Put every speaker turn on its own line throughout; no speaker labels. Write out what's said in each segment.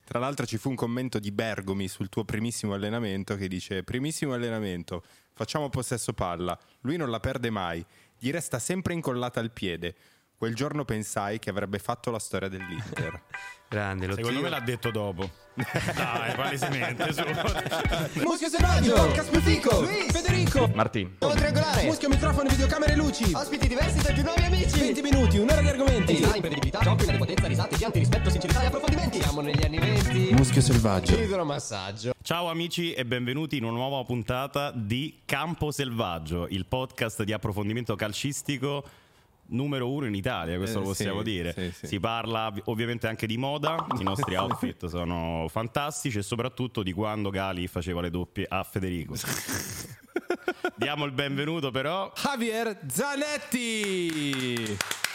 Tra l'altro ci fu un commento di Bergomi sul tuo primissimo allenamento che dice: primissimo allenamento, facciamo possesso palla, lui non la perde mai, gli resta sempre incollata al piede. Quel giorno pensai che avrebbe fatto la storia dell'Inter.
Grande, lo
Secondo
zio.
me l'ha detto dopo. Dai, palesemente su.
Muschio selvaggio, podcast più fico, Federico,
Martin.
triangolare, muschio microfono, videocamere e luci, ospiti diversi tra i più nuovi amici, 20 minuti, un'ora di argomenti, imprevedibilità, giochi, potenza, risate, pianti, rispetto, sincerità e approfondimenti. Siamo negli anni 20.
Muschio selvaggio.
Idromassaggio.
Ciao amici e benvenuti in una nuova puntata di Campo Selvaggio, il podcast di approfondimento calcistico numero 1 in Italia, questo lo possiamo dire.
Sì.
Si parla ovviamente anche di moda, i nostri outfit sono fantastici e soprattutto di quando Gali faceva le doppie a Federico. Diamo il benvenuto però
Javier Zanetti!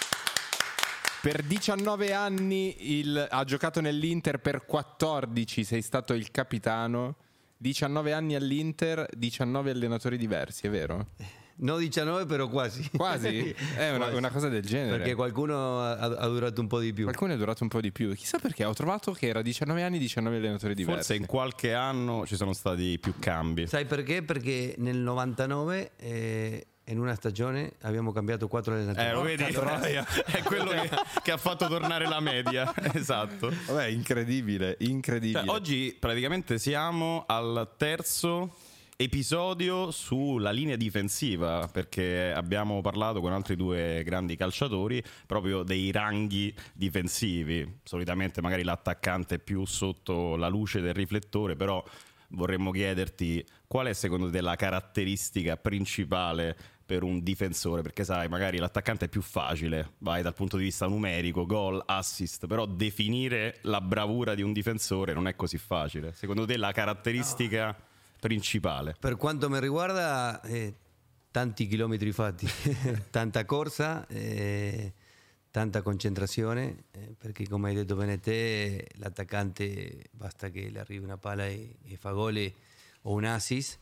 Per 19 anni ha giocato nell'Inter, per 14 sei stato il capitano. 19 anni all'Inter, 19 allenatori diversi, è vero?
No 19 però quasi.
Quasi? È una cosa del genere.
Perché qualcuno ha durato un po' di più.
Qualcuno è durato un po' di più. Chissà perché, ho trovato che era 19 anni, 19 allenatori diversi.
forse in qualche anno ci sono stati più cambi.
Sai perché? Perché nel 99 in una stagione abbiamo cambiato 4 allenatori.
Lo vedi? È quello che ha fatto tornare la media. Esatto.
Vabbè, incredibile.
Cioè, oggi praticamente siamo al terzo episodio sulla linea difensiva, perché abbiamo parlato con altri due grandi calciatori proprio dei ranghi difensivi. Solitamente magari l'attaccante è più sotto la luce del riflettore, però vorremmo chiederti qual è secondo te la caratteristica principale per un difensore, perché sai, magari l'attaccante è più facile, vai dal punto di vista numerico, gol, assist, però definire la bravura di un difensore non è così facile. Secondo te la caratteristica principale?
Per quanto mi riguarda, tanti chilometri fatti, tanta corsa, tanta concentrazione, perché come hai detto bene te, l'attaccante basta che le arrivi una palla e fa gol o un assist.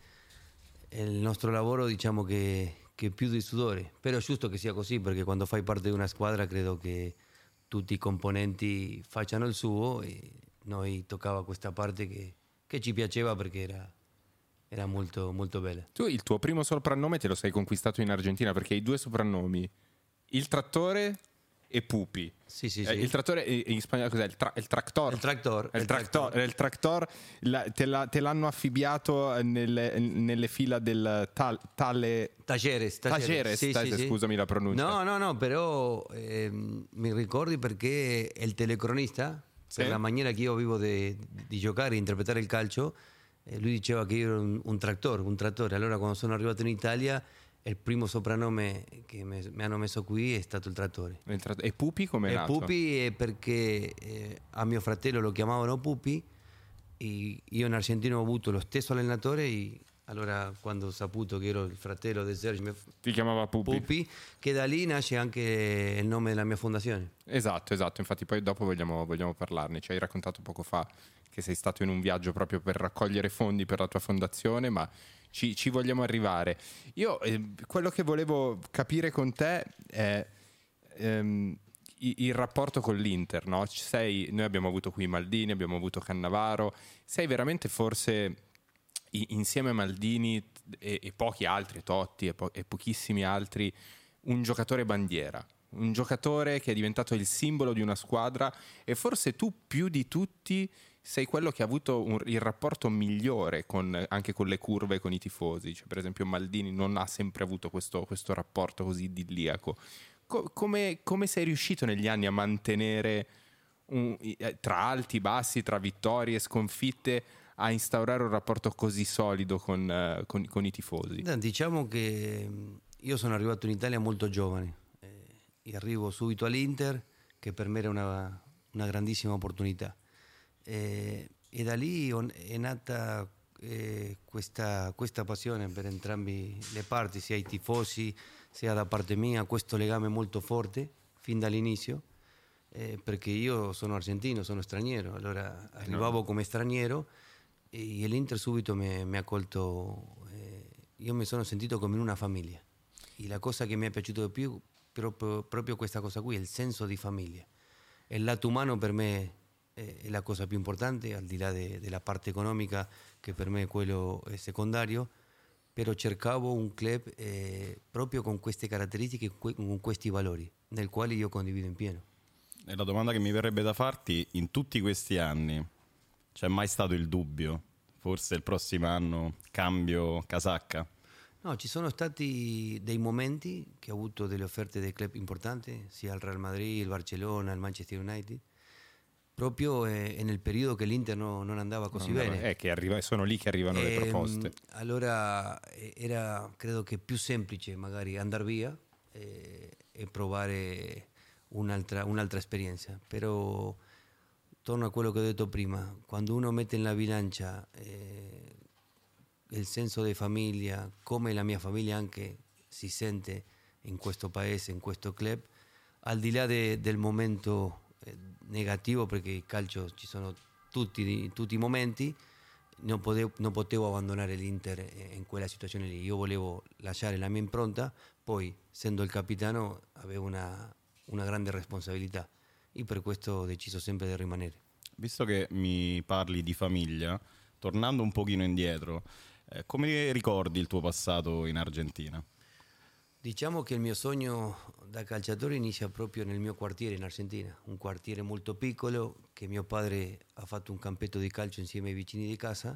Il nostro lavoro diciamo che è più di sudore, però è giusto che sia così, perché quando fai parte di una squadra credo che tutti i componenti facciano il suo, e noi toccava questa parte che ci piaceva perché era molto, molto bella.
Tu il tuo primo soprannome te lo sei conquistato in Argentina, perché hai due soprannomi: il trattore e Pupi.
Sì.
Il trattore in spagnolo cos'è? Il tractor. Il tractor. Te l'hanno affibbiato nelle fila del
Talleres. Sì.
Scusami la pronuncia.
No, però mi ricordi perché il telecronista, per la maniera che io vivo di giocare e interpretare il calcio, lui diceva che io ero un trattore. Allora quando sono arrivato in Italia il primo soprannome che mi hanno messo qui è stato il trattore.
E Pupi come è nato?
Pupi è perché a mio fratello lo chiamavano Pupi e io in Argentina ho avuto lo stesso allenatore, e allora quando ho saputo che ero il fratello di Sergio
ti chiamava Pupi,
che da lì nasce anche il nome della mia fondazione.
Esatto, infatti poi dopo vogliamo parlarne. Ci hai raccontato poco fa che sei stato in un viaggio proprio per raccogliere fondi per la tua fondazione, ma ci vogliamo arrivare. Io quello che volevo capire con te è il rapporto con l'Inter, no? Noi abbiamo avuto qui Maldini, abbiamo avuto Cannavaro, sei veramente forse insieme a Maldini e pochi altri, Totti e pochissimi altri, un giocatore bandiera, un giocatore che è diventato il simbolo di una squadra, e forse tu più di tutti sei quello che ha avuto il rapporto migliore anche con le curve, con i tifosi. Cioè, per esempio Maldini non ha sempre avuto questo rapporto così idilliaco. Come sei riuscito negli anni a mantenere tra alti, bassi, tra vittorie e sconfitte, a instaurare un rapporto così solido con i tifosi?
Diciamo che io sono arrivato in Italia molto giovane, e arrivo subito all'Inter, che per me era una grandissima opportunità. E da lì è nata questa passione per entrambi le parti, sia i tifosi sia da parte mia, questo legame molto forte fin dall'inizio, perché io sono argentino, sono straniero, allora arrivavo come straniero e l'Inter subito mi ha accolto, io mi sono sentito come in una famiglia, e la cosa che mi è piaciuto di più proprio questa cosa qui, il senso di famiglia. Il lato umano per me è la cosa più importante, al di là della parte economica, che per me quello è secondario, però cercavo un club proprio con queste caratteristiche, con questi valori, nel quale io condivido in pieno.
E la domanda che mi verrebbe da farti, in tutti questi anni, c'è mai stato il dubbio? Forse il prossimo anno cambio casacca?
No, ci sono stati dei momenti che ho avuto delle offerte dei club importanti, sia il Real Madrid, il Barcellona, il Manchester United, proprio nel periodo che l'Inter non andava così bene.
Sono lì che arrivano le proposte.
Allora era, credo che più semplice magari andare via e provare un'altra esperienza. Però torno a quello che ho detto prima, quando uno mette nella bilancia il senso di famiglia, come la mia famiglia anche si sente in questo paese, in questo club, al di là del momento negativo, perché il calcio ci sono tutti i momenti, non potevo abbandonare l'Inter in quella situazione lì. Io volevo lasciare la mia impronta, poi essendo il capitano avevo una grande responsabilità e per questo ho deciso sempre di rimanere.
Visto che mi parli di famiglia, tornando un pochino indietro, come ricordi il tuo passato in Argentina?
Diciamo che il mio sogno da calciatore inizia proprio nel mio quartiere in Argentina, un quartiere molto piccolo che mio padre ha fatto un campetto di calcio insieme ai vicini di casa,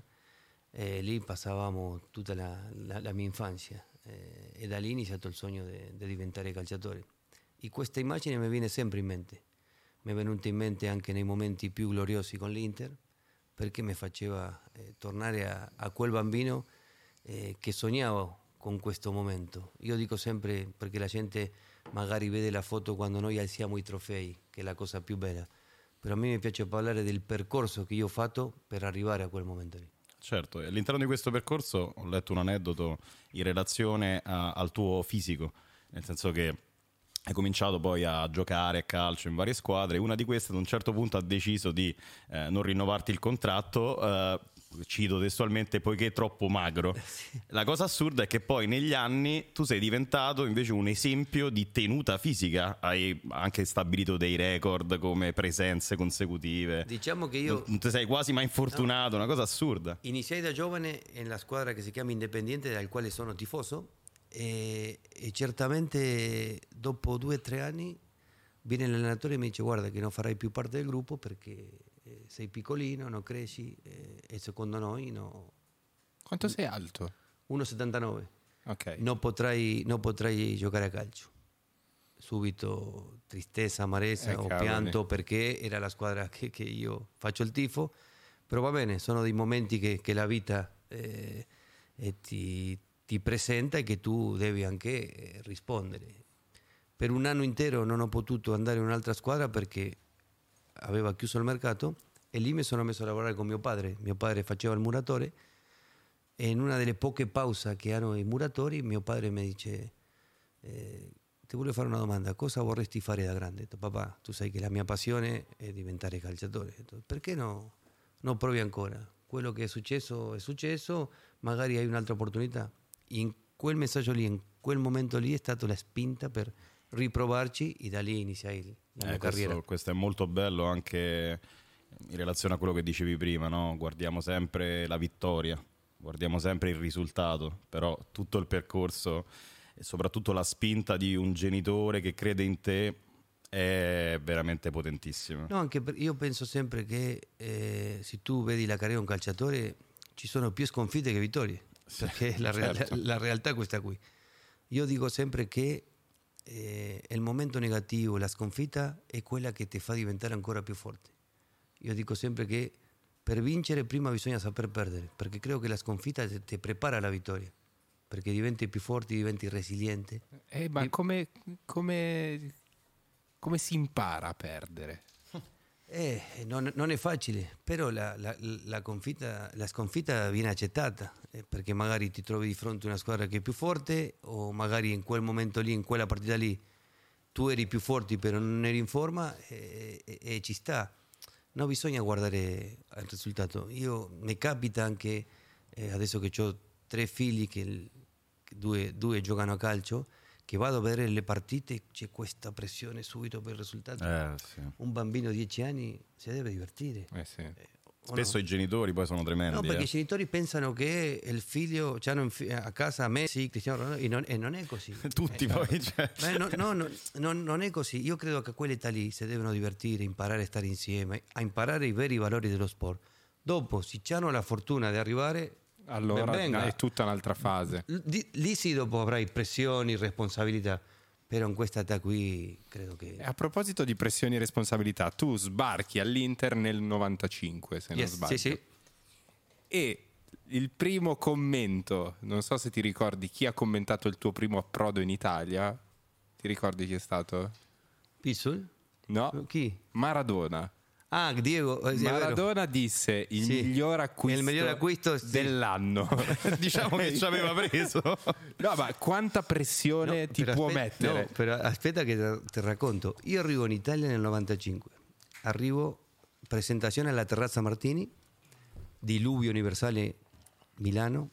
lì passavamo tutta la mia infanzia e da lì è iniziato il sogno di diventare calciatore. E questa immagine mi viene sempre in mente, mi è venuta in mente anche nei momenti più gloriosi con l'Inter, perché mi faceva tornare a quel bambino che sognavo con questo momento. Io dico sempre, perché la gente magari vede la foto quando noi alziamo i trofei, che è la cosa più bella, però a me mi piace parlare del percorso che io ho fatto per arrivare a quel momento lì.
Certo, e all'interno di questo percorso ho letto un aneddoto in relazione al tuo fisico, nel senso che hai cominciato poi a giocare a calcio in varie squadre, una di queste ad un certo punto ha deciso di non rinnovarti il contratto, cito testualmente, poiché è troppo magro. Sì. La cosa assurda è che poi negli anni tu sei diventato invece un esempio di tenuta fisica, hai anche stabilito dei record come presenze consecutive.
Diciamo che io
non ti sei quasi mai infortunato, una cosa assurda.
Iniziai da giovane nella squadra che si chiama Independiente, dal quale sono tifoso, e certamente dopo 2 o 3 anni viene l'allenatore e mi dice: guarda che non farai più parte del gruppo perché sei piccolino, non cresci e secondo noi no.
Quanto sei alto?
1,79.
Ok.
Non potrai giocare a calcio. Subito tristezza, amarezza, ho pianto perché era la squadra che io faccio il tifo, però va bene, sono dei momenti che la vita ti presenta e che tu devi anche rispondere. Per un anno intero non ho potuto andare in un'altra squadra perché aveva chiuso il mercato e lì mi sono messo a lavorare con mio padre. Mio padre faceva il muratore e in una delle poche pause che hanno i muratori mio padre mi dice: ti voglio fare una domanda, cosa vorresti fare da grande? Ho detto: papà, tu sai che la mia passione è diventare calciatore. Ho detto: perché non provi ancora? Quello che è successo, magari hai un'altra opportunità. In quel messaggio lì, in quel momento lì è stata la spinta per riprovarci e da lì iniziai la mia carriera.
Questo è molto bello anche in relazione a quello che dicevi prima, no? Guardiamo sempre la vittoria, guardiamo sempre il risultato, però tutto il percorso e soprattutto la spinta di un genitore che crede in te è veramente potentissima.
No, anche io penso sempre che se tu vedi la carriera di un calciatore ci sono più sconfitte che vittorie, perché certo. la realtà è questa qui. Io dico sempre che il momento negativo, la sconfitta è quella che ti fa diventare ancora più forte. Io dico sempre che per vincere prima bisogna saper perdere, perché credo che la sconfitta ti prepara alla vittoria, perché diventi più forte, diventi resiliente.
Ma come si impara a perdere?
Non è facile, però la sconfitta viene accettata, perché magari ti trovi di fronte a una squadra che è più forte, o magari in quel momento lì, in quella partita lì, tu eri più forte però non eri in forma e ci sta. Non bisogna guardare al risultato. Mi capita anche, adesso che ho 3 figli, che due giocano a calcio, che vado a vedere le partite, c'è questa pressione subito per il risultato.
Sì.
Un bambino di 10 anni si deve divertire.
Sì.
Spesso i genitori poi sono tremendi.
No, perché i genitori pensano che il figlio c'hanno a casa Messi, Cristiano Ronaldo, e non è così.
Tutti poi. Cioè.
Non è così. Io credo che a quell'età lì si devono divertire, imparare a stare insieme, a imparare i veri valori dello sport. Dopo, se hanno la fortuna di arrivare,
Allora
ben venga.
è tutta un'altra fase.
Lì sì, dopo avrai pressioni, responsabilità. Però in questa età qui credo che...
A proposito di pressioni e responsabilità, tu sbarchi all'Inter nel 95, se non
Yes,
sbaglio.
sì.
E il primo commento, non so se ti ricordi chi ha commentato il tuo primo approdo in Italia. Ti ricordi chi è stato?
Pizzol?
No?
Chi?
Maradona.
Ah, Diego. È vero.
Maradona disse il
Sì.
miglior acquisto,
Il miglior acquisto, sì.
dell'anno.
Diciamo che ci aveva preso.
No, ma quanta pressione ti
Però
può
aspetta-
mettere?
No, però aspetta che te racconto. Io arrivo in Italia nel 95. Arrivo, presentazione alla Terrazza Martini, diluvio universale Milano.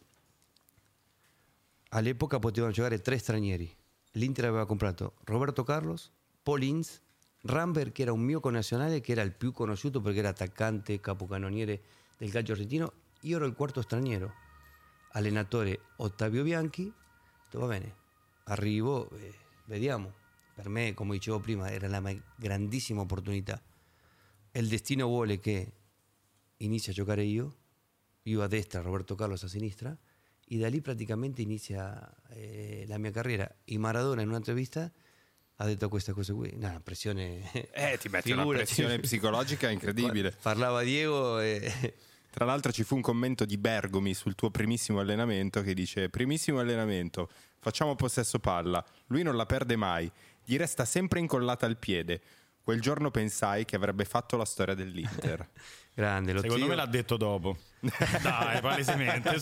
All'epoca potevano giocare 3 stranieri. L'Inter aveva comprato Roberto Carlos, Paul Ince, Rambert, che era un mio connazionale, che era il più conosciuto perché era attaccante, capocannoniere del calcio argentino. Io ero il quarto straniero. Allenatore Ottavio Bianchi. Ho detto, va bene, arrivo, vediamo. Per me, come dicevo prima, era la grandissima opportunità. Il destino vuole che inizi a giocare io a destra, Roberto Carlos a sinistra, e da lì praticamente inizia la mia carriera. E Maradona in un'intervista ha detto questa cosa qui, una pressione...
Ti metti una
Figurati.
pressione psicologica incredibile.
Parlava Diego e...
Tra l'altro ci fu un commento di Bergomi sul tuo primissimo allenamento che dice: primissimo allenamento, facciamo possesso palla, lui non la perde mai, gli resta sempre incollata al piede. Quel giorno pensai che avrebbe fatto la storia dell'Inter.
Grande, lo
Secondo
zio,
me l'ha detto dopo. Dai, palesemente.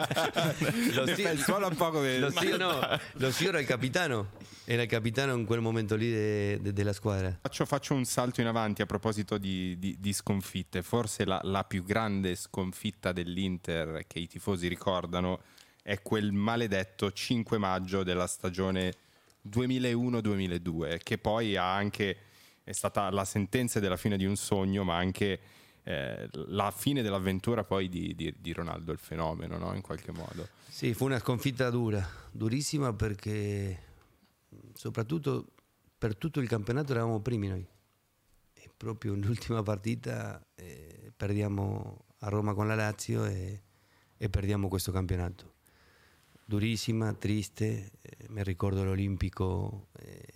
Suona un po' come...
lo zio era il capitano in quel momento lì della squadra.
Faccio un salto in avanti a proposito di sconfitte. Forse la più grande sconfitta dell'Inter che i tifosi ricordano è quel maledetto 5 maggio della stagione 2001-2002, che poi è stata la sentenza della fine di un sogno, ma anche la fine dell'avventura poi di Ronaldo il fenomeno, no? In qualche modo.
Sì, fu una sconfitta durissima, perché soprattutto per tutto il campionato eravamo primi noi. E proprio nell'ultima partita perdiamo a Roma con la Lazio e perdiamo questo campionato. Durissima, triste, mi ricordo l'Olimpico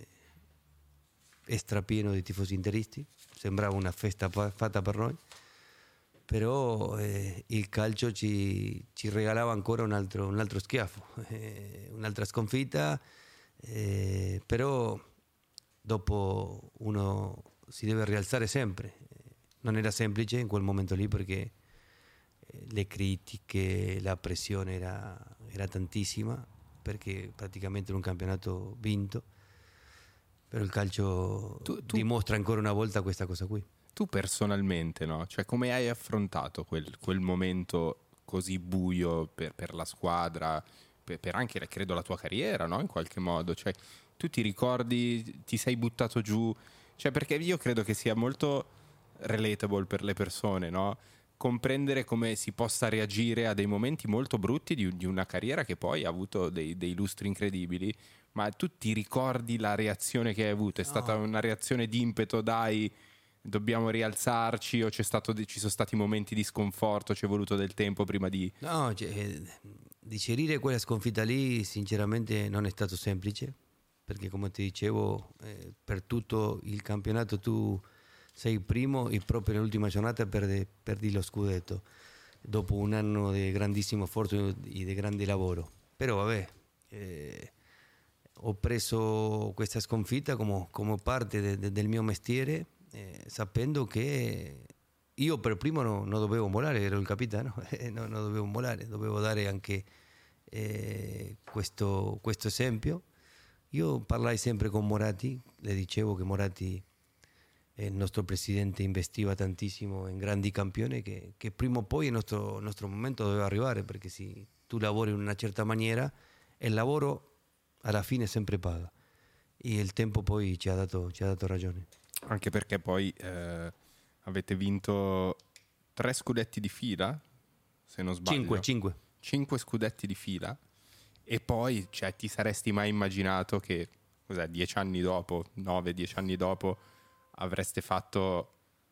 strapieno di tifosi interisti, sembrava una festa fatta per noi, però il calcio ci regalava ancora un altro schiaffo, un'altra sconfitta, però dopo uno si deve rialzare sempre. Non era semplice in quel momento lì, perché le critiche, la pressione era tantissima, perché praticamente era un campionato vinto. Però il calcio dimostra ancora una volta questa cosa qui.
Tu personalmente, no? Cioè, come hai affrontato quel momento così buio per la squadra, per anche, credo, la tua carriera, no? In qualche modo. Cioè, tu ti ricordi, ti sei buttato giù? Cioè, perché io credo che sia molto relatable per le persone, no? Comprendere come si possa reagire a dei momenti molto brutti di una carriera che poi ha avuto dei lustri incredibili. Ma tu ti ricordi la reazione che hai avuto? È stata una reazione d'impeto, dai, dobbiamo rialzarci, o ci sono stati momenti di sconforto, ci è voluto del tempo prima di...
No, digerire quella sconfitta lì sinceramente non è stato semplice, perché come ti dicevo, per tutto il campionato tu sei primo e proprio nell'ultima giornata perdi lo scudetto, dopo un anno di grandissimo sforzo e di grande lavoro. Però vabbè... ho preso questa sconfitta come parte del mio mestiere, sapendo che io per primo non dovevo mollare, ero il capitano, non dovevo mollare, dovevo dare anche questo esempio. Io parlai sempre con Moratti, le dicevo che Moratti, il nostro presidente, investiva tantissimo in grandi campioni, che prima o poi il nostro momento doveva arrivare, perché se tu lavori in una certa maniera, il lavoro alla fine sempre paga. E il tempo poi ci ha dato ragione.
Anche perché poi avete vinto 3 scudetti di fila, se non sbaglio. 5 scudetti di fila. E poi, cioè, ti saresti mai immaginato che, 10 anni dopo, 9-10 anni dopo, avreste fatto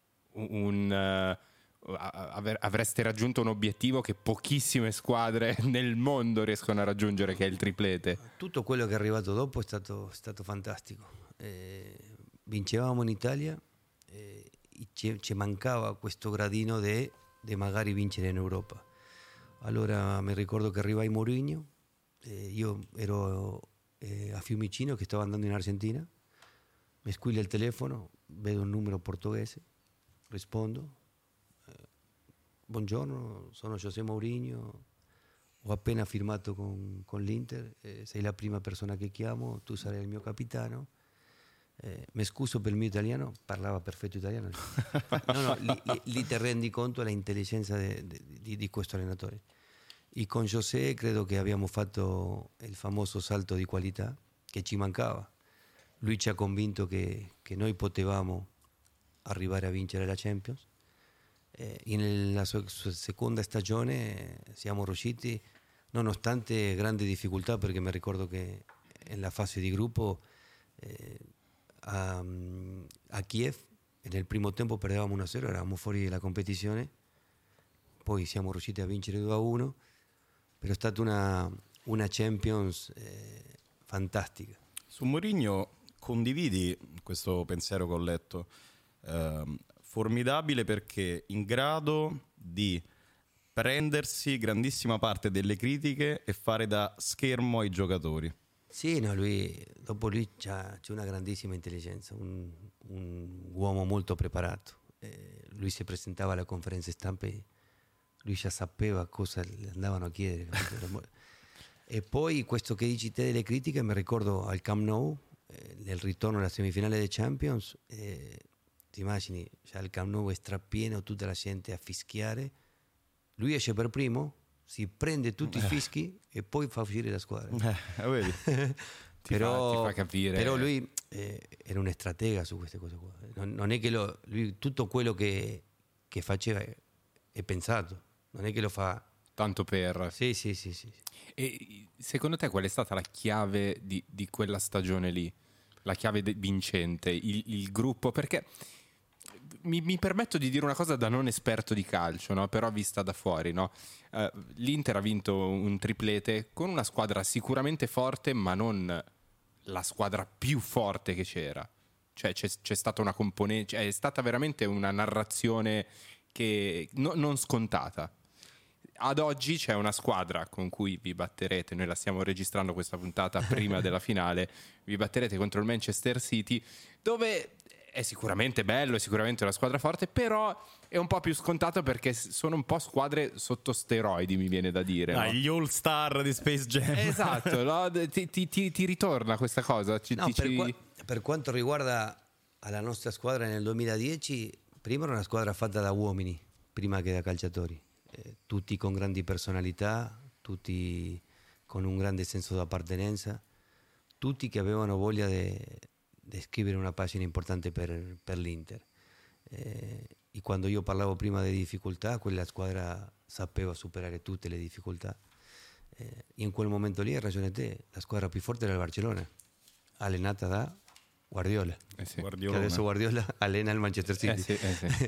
avreste raggiunto un obiettivo che pochissime squadre nel mondo riescono a raggiungere, che è il triplete.
Tutto quello che è arrivato dopo è stato fantastico. Vincevamo in Italia, ci mancava questo gradino di magari vincere in Europa. Allora mi ricordo che arrivai Mourinho, io ero a Fiumicino che stavo andando in Argentina, mi squilla il telefono, vedo un numero portoghese, rispondo: buongiorno, sono José Mourinho, ho appena firmato con l'Inter, sei la prima persona che chiamo, tu sarai il mio capitano. Mi scuso per il mio italiano, parlava perfetto italiano. Lì ti rendi conto dell'intelligenza di questo allenatore. E con José credo che abbiamo fatto il famoso salto di qualità che ci mancava. Lui ci ha convinto che noi potevamo arrivare a vincere la Champions. Nella sua seconda stagione siamo riusciti, nonostante grandi difficoltà, perché mi ricordo che nella fase di gruppo a Kiev nel primo tempo perdevamo 1-0, eravamo fuori dalla competizione, poi siamo riusciti a vincere 2-1, però è stata una Champions fantastica.
Su Mourinho condividi questo pensiero che ho letto, formidabile perché in grado di prendersi grandissima parte delle critiche e fare da schermo ai giocatori.
Sì, no, dopo lui c'ha una grandissima intelligenza, un uomo molto preparato. Lui si presentava alle conferenze stampa e lui già sapeva cosa le andavano a chiedere. E poi questo che dici te delle critiche, mi ricordo al Camp Nou, nel ritorno alla semifinale dei Champions, ti immagini, già il Camp Nou è strapieno, tutta la gente a fischiare, lui esce per primo, si prende tutti i fischi e poi fa uscire la squadra.
Vedi?
Ti fa capire.
Però lui era un stratega su queste cose qua. Non è che lui tutto quello che faceva è pensato, non è che lo fa
tanto per...
Sì.
E secondo te qual è stata la chiave di quella stagione lì? La chiave vincente, il gruppo? Perché mi permetto di dire una cosa da non esperto di calcio, no? Però vista da fuori, no? L'Inter ha vinto un triplete con una squadra sicuramente forte, ma non la squadra più forte che c'era. Cioè c'è stata una componente, è stata veramente una narrazione che non scontata. Ad oggi c'è una squadra con cui vi batterete, noi la stiamo registrando questa puntata prima della finale, vi batterete contro il Manchester City, dove è sicuramente bello, è sicuramente una squadra forte, però è un po' più scontato perché sono un po' squadre sotto steroidi, mi viene da dire. No?
Gli All Star di Space Jam.
Esatto, no? ti ritorna questa cosa?
Per quanto riguarda alla nostra squadra nel 2010, prima era una squadra fatta da uomini, prima che da calciatori. Tutti con grandi personalità, tutti con un grande senso di appartenenza, tutti che avevano voglia di scrivere una pagina importante per l'Inter. E quando io parlavo prima di difficoltà, quella squadra sapeva superare tutte le difficoltà. E in quel momento lì, hai ragione te, la squadra più forte era il Barcellona, allenata da Guardiola.
Sì.
Che adesso Guardiola allena il Manchester City.
Sì.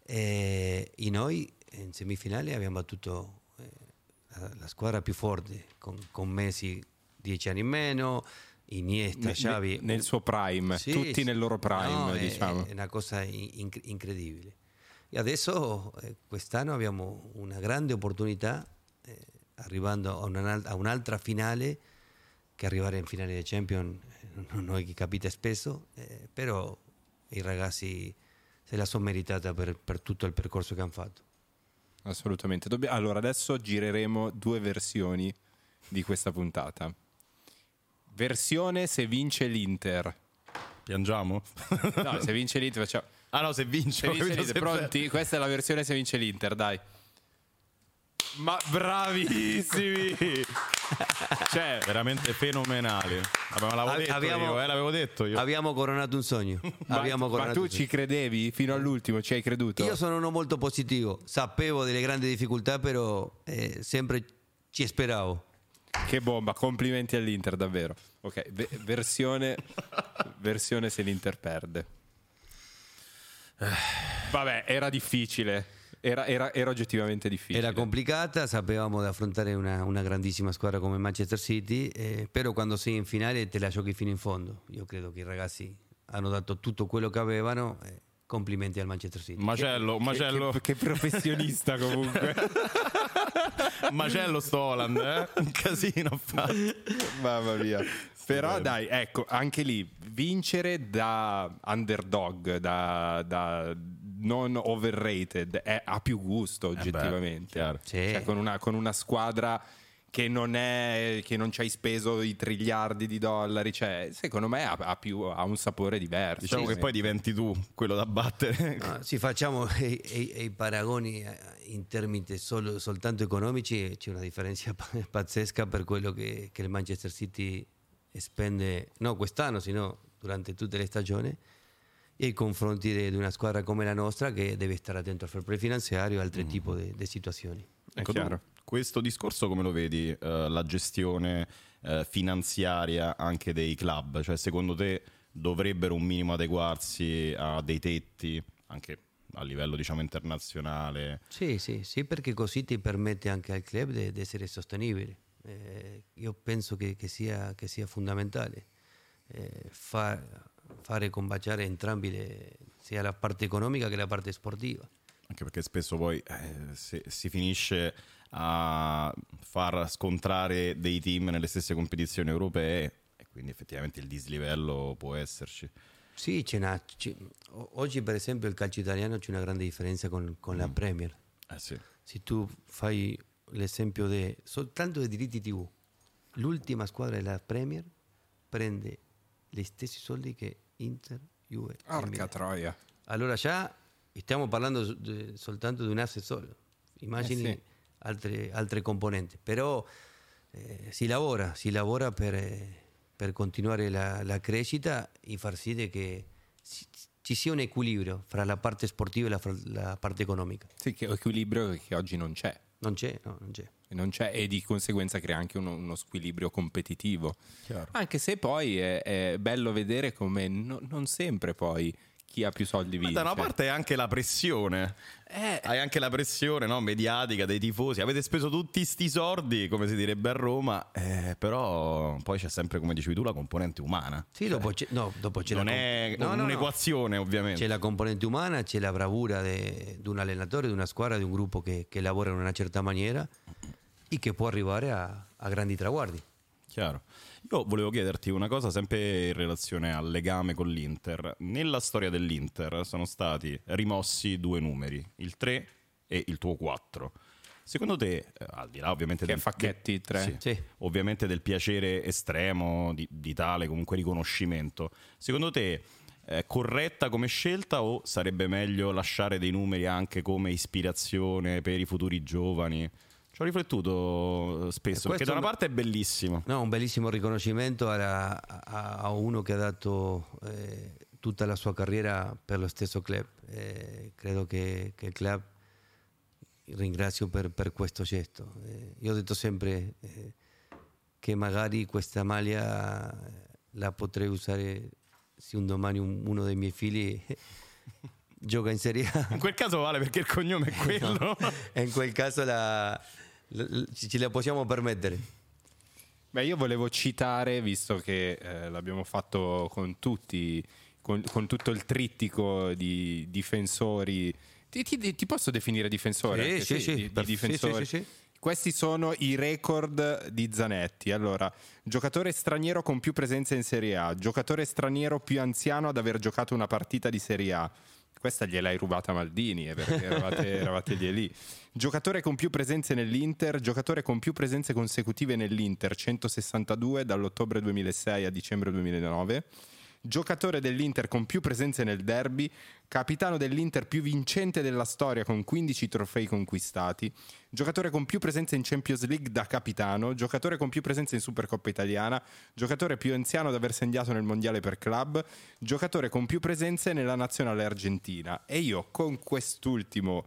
E noi in semifinale abbiamo battuto la squadra più forte con Messi 10 anni in meno, Iniesta, Xavi
nel suo prime,
sì,
tutti nel loro prime, diciamo.
È una cosa incredibile. E adesso quest'anno abbiamo una grande opportunità, arrivando a un'altra finale, che arrivare in finale di Champions non è che capita spesso, però i ragazzi se la sono meritata per tutto il percorso che hanno fatto.
Assolutamente. Allora adesso gireremo 2 versioni di questa puntata. Versione se vince l'Inter.
Piangiamo?
No, se vince l'Inter facciamo...
Ah no, se vince
l'Inter, pronti? Questa è la versione se vince l'Inter, dai. Ma bravissimi!
Cioè, veramente fenomenali. L'avevo detto io.
Abbiamo coronato un sogno.
Ma tu ci credevi fino all'ultimo? Ci hai creduto?
Io sono uno molto positivo. Sapevo delle grandi difficoltà, però sempre ci speravo.
Che bomba, complimenti all'Inter, davvero. Ok, versione se l'Inter perde. Vabbè, era difficile. Era oggettivamente difficile.
Era complicata, sapevamo di affrontare una grandissima squadra come Manchester City, però quando sei in finale te la giochi fino in fondo. Io credo che i ragazzi hanno dato tutto quello che avevano. Complimenti al Manchester City.
Macello.
Che professionista comunque.
Macello sto Holland, un casino ha fatto.
Mamma mia. Però dai, ecco, anche lì vincere da underdog, da non overrated, ha più gusto oggettivamente. Cioè, con una squadra che non ci hai speso i triliardi di dollari, cioè, secondo me ha un sapore diverso.
Diciamo che poi diventi tu quello da battere.
Se facciamo i paragoni in termini soltanto economici, c'è una differenza pazzesca per quello che il Manchester City spende, no quest'anno, sino durante tutte le stagioni, e i confronti di una squadra come la nostra, che deve stare attento al fair play finanziario e altri tipi di situazioni.
Ecco, tu, questo discorso come lo vedi, la gestione finanziaria anche dei club? Cioè, secondo te dovrebbero un minimo adeguarsi a dei tetti anche a livello, diciamo, internazionale?
Sì, perché così ti permette anche al club di essere sostenibile. Io penso che sia fondamentale fare combaciare entrambi, sia la parte economica che la parte sportiva.
Anche perché spesso poi si finisce a far scontrare dei team nelle stesse competizioni europee, e quindi effettivamente il dislivello può esserci.
Sì, oggi per esempio il calcio italiano c'è una grande differenza con la Premier.
Sì.
Se tu fai l'esempio soltanto dei diritti TV, l'ultima squadra della Premier prende gli stessi soldi che Inter, Juve.
Porca troia.
Allora già stiamo parlando soltanto di un asset solo. Immagini altre componenti. Però si lavora per continuare la crescita e far sì che ci sia un equilibrio fra la parte sportiva e la parte economica.
Sì, che equilibrio che oggi non c'è.
Non c'è.
Non c'è, e di conseguenza crea anche uno squilibrio competitivo.
Chiaro.
Anche se poi è bello vedere come non sempre poi chi ha più soldi vince.
Ma da una parte è anche la pressione. Hai anche la pressione, no, mediatica dei tifosi. Avete speso tutti sti soldi, come si direbbe a Roma, però poi c'è sempre, come dicevi tu, la componente umana.
Sì, dopo c'è
non è un'equazione, ovviamente.
C'è la componente umana, c'è la bravura di un allenatore, di una squadra, di un gruppo che lavora in una certa maniera e che può arrivare a grandi traguardi.
Chiaro. Io volevo chiederti una cosa sempre in relazione al legame con l'Inter. Nella storia dell'Inter sono stati rimossi 2 numeri, il 3 e il tuo 4. Secondo te, al di là ovviamente
che Facchetti 3,
sì,
ovviamente del piacere estremo di tale comunque riconoscimento, secondo te è corretta come scelta o sarebbe meglio lasciare dei numeri anche come ispirazione per i futuri giovani? Ci ho riflettuto spesso, perché da una parte è bellissimo.
No, un bellissimo riconoscimento a uno che ha dato tutta la sua carriera per lo stesso club. Credo che il club, ringrazio per questo gesto. Io ho detto sempre che magari questa maglia la potrei usare se un domani uno dei miei figli gioca in Serie A.
In quel caso vale, perché il cognome è quello.
No, in quel caso ce la possiamo permettere.
Beh, io volevo citare, visto che l'abbiamo fatto con tutti, con tutto il trittico di difensori. Ti posso definire difensore?
Sì.
Di difensori.
Sì.
Questi sono i record di Zanetti. Allora, giocatore straniero con più presenze in Serie A, giocatore straniero più anziano ad aver giocato una partita di Serie A. Questa gliel'hai rubata Maldini, perché eravate lì. Giocatore con più presenze nell'Inter, giocatore con più presenze consecutive nell'Inter, 162 dall'ottobre 2006 a dicembre 2009. giocatore dell'Inter con più presenze nel derby, capitano dell'Inter più vincente della storia con 15 trofei conquistati, giocatore con più presenze in Champions League da capitano, giocatore con più presenze in Supercoppa italiana, giocatore più anziano ad aver segnato nel mondiale per club, giocatore con più presenze nella nazionale argentina. E io con quest'ultimo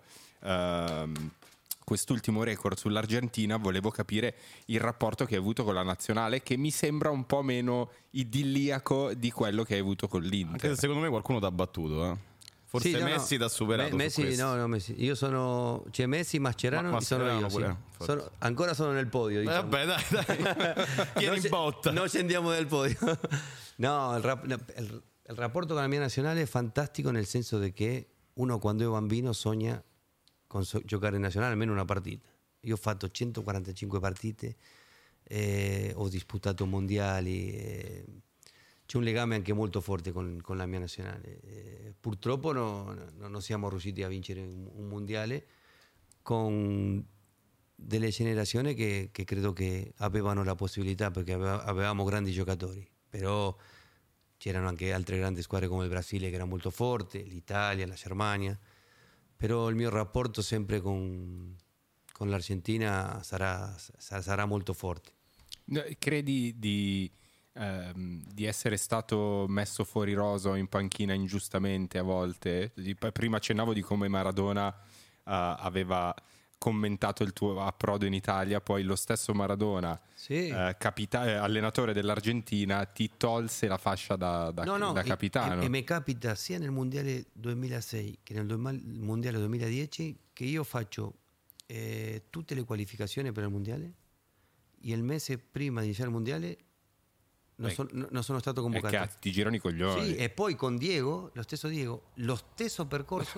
record sull'Argentina volevo capire il rapporto che hai avuto con la nazionale, che mi sembra un po' meno idilliaco di quello che hai avuto con l'Inter.
Anche se secondo me qualcuno ti ha battuto, Forse
Sì, no,
Messi ti ha superato.
Messi, no, Messi. Io sono. C'è Messi, Mascherano e sono io.
pure,
sì. Ancora sono nel podio. Diciamo.
Vabbè, dai. Tieni in botta.
Non scendiamo dal podio. No, il rapporto con la mia nazionale è fantastico, nel senso di che uno quando è bambino sogna con giocare in nazionale almeno una partita. Io ho fatto 145 partite, ho disputato mondiali. C'è un legame anche molto forte con la mia nazionale. Purtroppo non siamo riusciti a vincere un mondiale con delle generazioni che credo che avevano la possibilità, perché avevamo grandi giocatori, però c'erano anche altre grandi squadre come il Brasile che era molto forte, l'Italia, la Germania, però il mio rapporto sempre con l'Argentina sarà molto forte.
Credi di essere stato messo fuori rosa in panchina ingiustamente a volte? Prima accennavo di come Maradona aveva commentato il tuo approdo in Italia, poi lo stesso Maradona,
sì.
Allenatore dell'Argentina, ti tolse la fascia da capitano.
E mi capita sia nel Mondiale 2006 che nel Mondiale 2010 che io faccio tutte le qualificazioni per il Mondiale e il mese prima di iniziare il Mondiale non sono stato convocato.
Che ti girano i coglioni.
Sì, e poi con Diego, lo stesso percorso,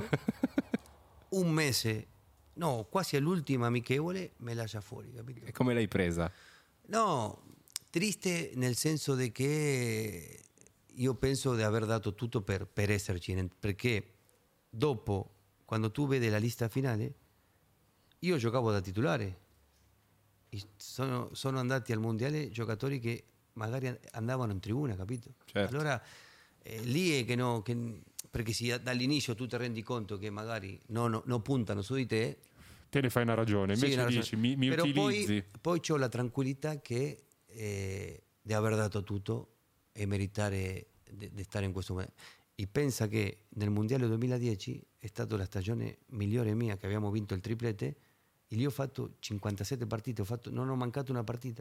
un mese, no, quasi all'ultima amichevole me lascia fuori, capito?
E come l'hai presa?
No, triste nel senso di che io penso di aver dato tutto per esserci, perché dopo, quando tu vedi la lista finale, io giocavo da titolare e sono andati al mondiale giocatori che magari andavano in tribuna, capito?
Certo.
Allora lì è che perché dall'inizio tu ti rendi conto che magari non puntano su di te,
te ne fai una ragione, invece dici mi
però
utilizzi.
poi ho la tranquillità che di aver dato tutto e meritare di stare in questo momento. E pensa che nel mondiale 2010 è stata la stagione migliore mia, che abbiamo vinto il triplete e lì ho fatto 57 partite, non ho mancato una partita.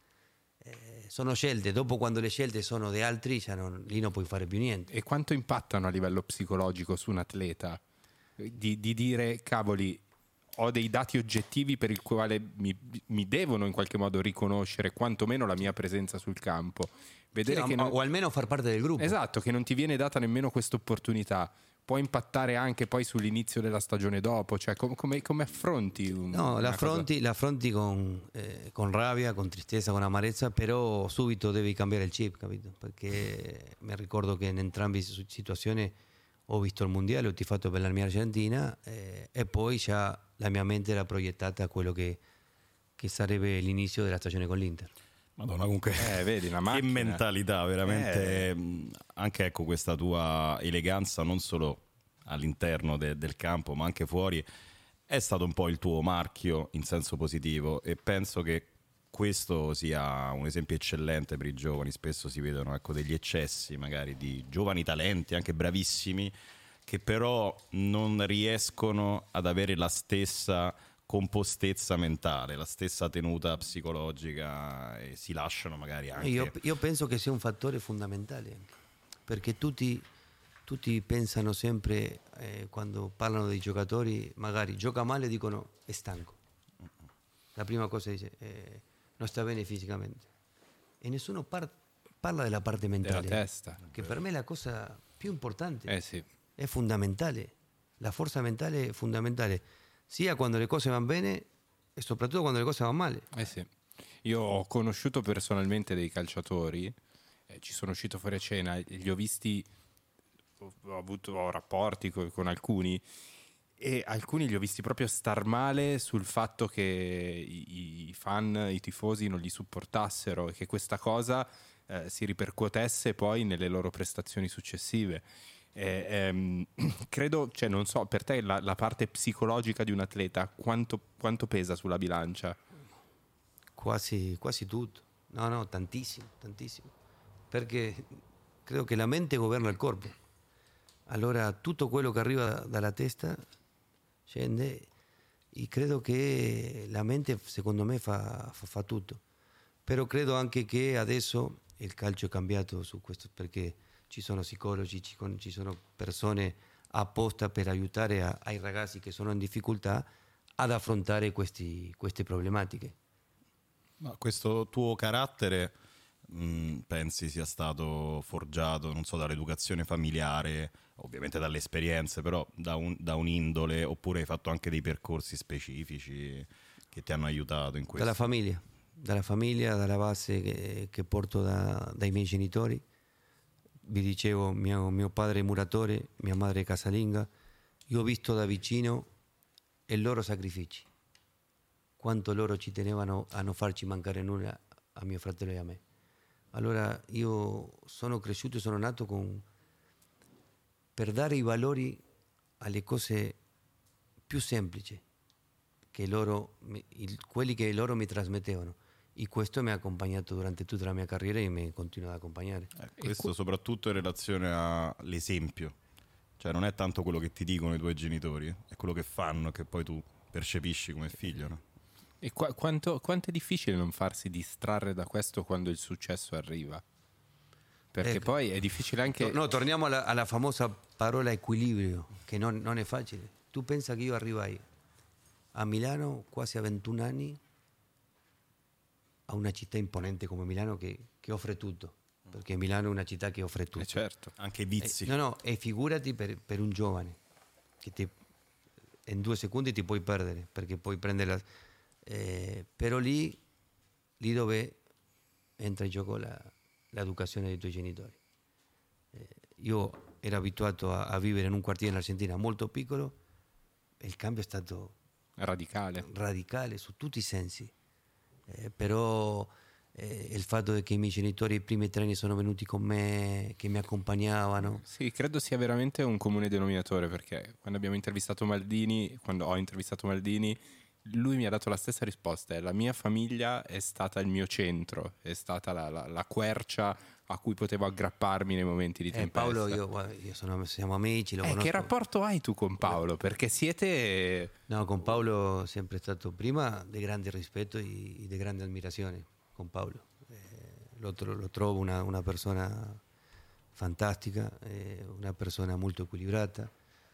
Sono scelte, dopo quando le scelte sono di altri lì non puoi fare più niente.
E quanto impattano a livello psicologico su un atleta di dire cavoli, ho dei dati oggettivi per il quale mi devono in qualche modo riconoscere quantomeno la mia presenza sul campo, vedere che
o almeno far parte del gruppo.
Esatto, che non ti viene data nemmeno questa opportunità, può impattare anche poi sull'inizio della stagione dopo, cioè come affronti
l'affronti con rabbia, con tristezza, con amarezza, però subito devi cambiare il chip, capito? Perché mi ricordo che in entrambe le situazioni ho visto il mondiale, ho tifato per la mia Argentina e poi già la mia mente era proiettata a quello che sarebbe l'inizio della stagione con l'Inter.
Madonna, comunque
vedi, una
che
macchina.
mentalità veramente. Anche ecco questa tua eleganza non solo all'interno del campo ma anche fuori è stato un po' il tuo marchio in senso positivo, e penso che questo sia un esempio eccellente per i giovani. Spesso si vedono degli eccessi magari di giovani talenti anche bravissimi che però non riescono ad avere la stessa compostezza mentale, la stessa tenuta psicologica, e si lasciano magari anche.
Io penso che sia un fattore fondamentale, perché tutti pensano sempre, quando parlano dei giocatori, magari gioca male, dicono è stanco. La prima cosa dice non sta bene fisicamente, e nessuno parla della parte mentale,
della testa,
che per me è la cosa più importante.
Sì.
È fondamentale, la forza mentale è fondamentale, sia quando le cose vanno bene e soprattutto quando le cose vanno male.
Sì. Io ho conosciuto personalmente dei calciatori, ci sono uscito fuori a cena, li ho visti, ho rapporti con alcuni, e alcuni li ho visti proprio star male sul fatto che i fan, i tifosi non li supportassero, e che questa cosa si ripercuotesse poi nelle loro prestazioni successive. Credo, cioè non so, per te la parte psicologica di un atleta quanto pesa sulla bilancia?
Quasi tutto. No, tantissimo. Perché credo che la mente governa il corpo. Allora tutto quello che arriva dalla testa scende, e credo che la mente, secondo me, fa tutto. Però credo anche che adesso il calcio è cambiato su questo, perché ci sono psicologi, ci sono persone apposta per aiutare ai ragazzi che sono in difficoltà ad affrontare queste problematiche.
Ma questo tuo carattere pensi sia stato forgiato, non so, dall'educazione familiare, ovviamente dalle esperienze, però da un'indole, oppure hai fatto anche dei percorsi specifici che ti hanno aiutato in questo?
Dalla famiglia, dalla base che porto dai miei genitori. Vi dicevo, mio padre è muratore, mia madre è casalinga. Io ho visto da vicino i loro sacrifici, quanto loro ci tenevano a non farci mancare nulla a mio fratello e a me. Allora io sono cresciuto e sono nato per dare i valori alle cose più semplici che quelli che loro mi trasmettevano, e questo mi ha accompagnato durante tutta la mia carriera e mi continua ad accompagnare.
Questo soprattutto in relazione all'esempio, cioè non è tanto quello che ti dicono i tuoi genitori, è quello che fanno che poi tu percepisci come figlio, no?
E quanto è difficile non farsi distrarre da questo quando il successo arriva? Perché poi è difficile anche...
No, torniamo alla famosa parola equilibrio, che non è facile. Tu pensa che io arrivai a Milano quasi a 21 anni, a una città imponente come Milano che offre tutto, perché Milano è una città che offre tutto.
certo.
Anche i vizi.
E figurati per un giovane, che in 2 secondi ti puoi perdere, perché puoi prendere però lì dove entra in gioco l'educazione dei tuoi genitori. Io ero abituato a vivere in un quartiere in Argentina molto piccolo, e il cambio è stato radicale su tutti i sensi. Però il fatto che i miei genitori i primi 3 anni sono venuti con me, che mi accompagnavano.
Sì, credo sia veramente un comune denominatore, perché quando ho intervistato Maldini, lui mi ha dato la stessa risposta: la mia famiglia è stata il mio centro, è stata la quercia a cui potevo aggrapparmi nei momenti di tempesta.
Paolo, siamo amici, lo conosco.
Che rapporto hai tu con Paolo? Perché siete...
No, con Paolo è sempre stato prima di grande rispetto e di grande ammirazione. Con Paolo lo trovo una persona fantastica, una persona molto equilibrata,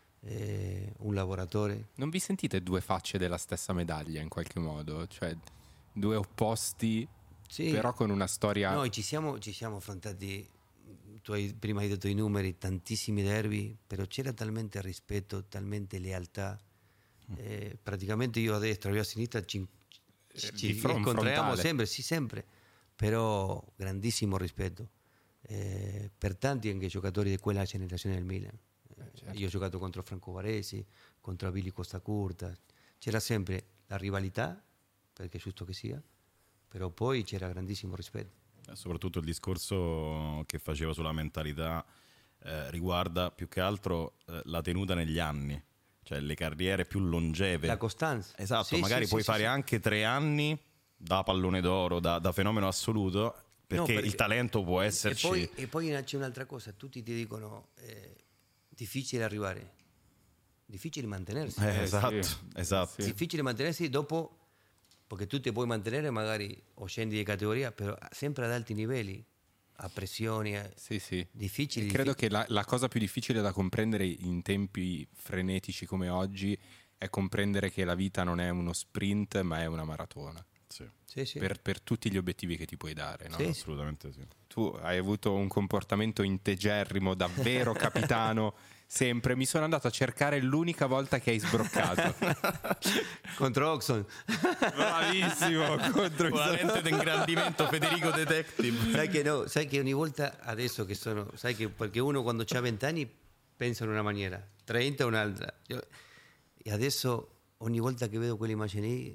un lavoratore.
Non vi sentite 2 facce della stessa medaglia in qualche modo? Cioè 2 opposti, sì, però con una storia...
Noi ci siamo affrontati, prima hai detto i numeri, tantissimi derby, però c'era talmente rispetto, talmente lealtà. Praticamente io a destra, io a sinistra ci incontriamo sempre, però grandissimo rispetto per tanti anche giocatori di quella generazione del Milan. Certo. Io ho giocato contro Franco Baresi, contro Billy Costacurta, c'era sempre la rivalità, perché è giusto che sia, però poi c'era grandissimo rispetto.
Soprattutto il discorso che faceva sulla mentalità riguarda più che altro la tenuta negli anni, cioè le carriere più longeve.
La costanza.
Esatto, magari puoi fare anche 3 anni da pallone d'oro, da fenomeno assoluto, perché il talento può esserci.
E poi c'è un'altra cosa, tutti ti dicono difficile arrivare, difficile mantenersi.
Esatto.
Difficile mantenersi dopo, perché tu ti puoi mantenere magari o scendi di categoria, però sempre ad alti livelli, a pressioni difficili.
Credo che la cosa più difficile da comprendere in tempi frenetici come oggi è comprendere che la vita non è uno sprint ma è una maratona.
Sì.
Per tutti gli obiettivi che ti puoi dare, no?
Sì. Assolutamente sì.
Tu hai avuto un comportamento integerrimo, davvero capitano, sempre. Mi sono andato a cercare l'unica volta che hai sbroccato.
Contro Oxon.
Bravissimo, contro
la lente d'ingrandimento Federico Detective.
Sai che ogni volta adesso che sono, sai che perché uno quando ha 20 anni pensa in una maniera, 30 un'altra. E adesso ogni volta che vedo quell'immagine lì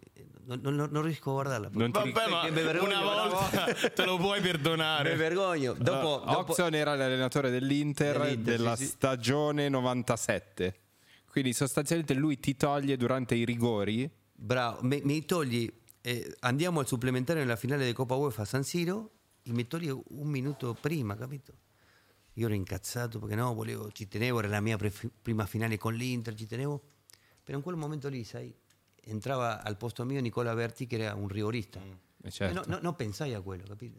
non riesco a guardarla.
Non ti
Vabbè, ma
mi vergogno,
una volta te lo puoi
Mi
perdonare.
vergogno. Dopo,
Oxon era l'allenatore dell'Inter della
sì.
stagione 97. Quindi sostanzialmente lui ti toglie durante i rigori.
bravo, mi togli, andiamo al supplementare nella finale di Coppa UEFA a San Siro e mi togli un minuto prima, capito? Io ero incazzato perché no, ci tenevo, era la mia prima finale con l'Inter, ci tenevo. Però in quel momento lì, sai, entrava al posto mio Nicola Berti che era un rigorista.
Certo.
Non pensai a quello, capito?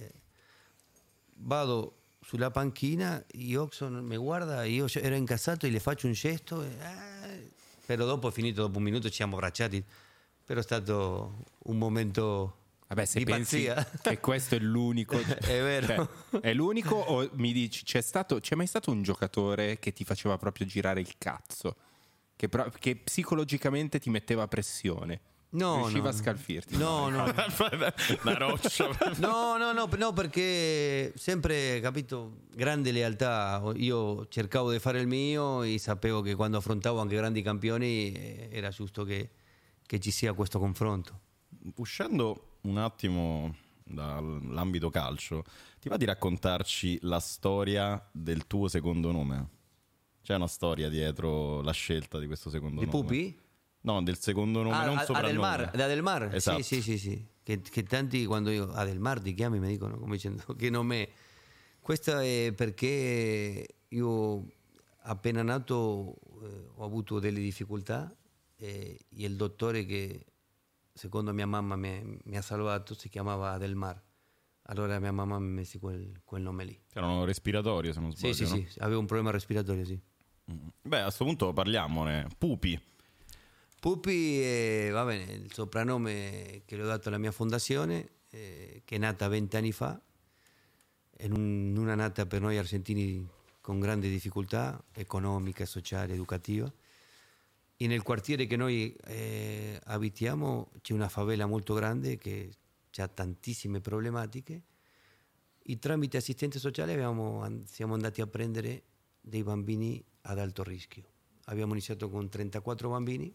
Vado sulla panchina, Oxon mi guarda, io ero incazzato e le faccio un gesto, però dopo, finito dopo un minuto, ci siamo abbracciati. Però è stato un momento
Vabbè, se
di
pensi
pazzia.
che questo è l'unico,
È vero.
cioè, è l'unico, o mi dici c'è mai stato un giocatore che ti faceva proprio girare il cazzo, che psicologicamente ti metteva pressione, riusciva a scalfirti?
No.
Una roccia.
No, perché sempre, capito, grande lealtà. Io cercavo di fare il mio e sapevo che quando affrontavo anche grandi campioni era giusto che ci sia questo confronto.
Uscendo un attimo dall'ambito calcio, ti va di raccontarci la storia del tuo secondo nome? C'è una storia dietro la scelta di questo secondo
Di
nome?
Pupi?
No, del secondo nome, non soprannome.
Da Del Mar?
Esatto.
Sì. Che tanti quando io Del Mar ti chiami mi dicono come dicendo che nome. Questo è perché io appena nato ho avuto delle difficoltà e il dottore che secondo mia mamma mi ha salvato si chiamava Del Mar. Allora mia mamma mi ha messo quel nome lì.
Erano respiratorio, se non sbaglio.
Sì,
no?
sì, avevo un problema respiratorio, sì.
Beh, a questo punto parliamone. Pupi.
Pupi va bene, il soprannome che le ho dato alla mia fondazione, che è nata 20 anni fa, in una nata per noi argentini con grandi difficoltà economica, sociale, educativa. E nel quartiere che noi abitiamo c'è una favela molto grande che ha tantissime problematiche e tramite assistente sociale siamo andati a prendere dei bambini ad alto rischio. Abbiamo iniziato con 34 bambini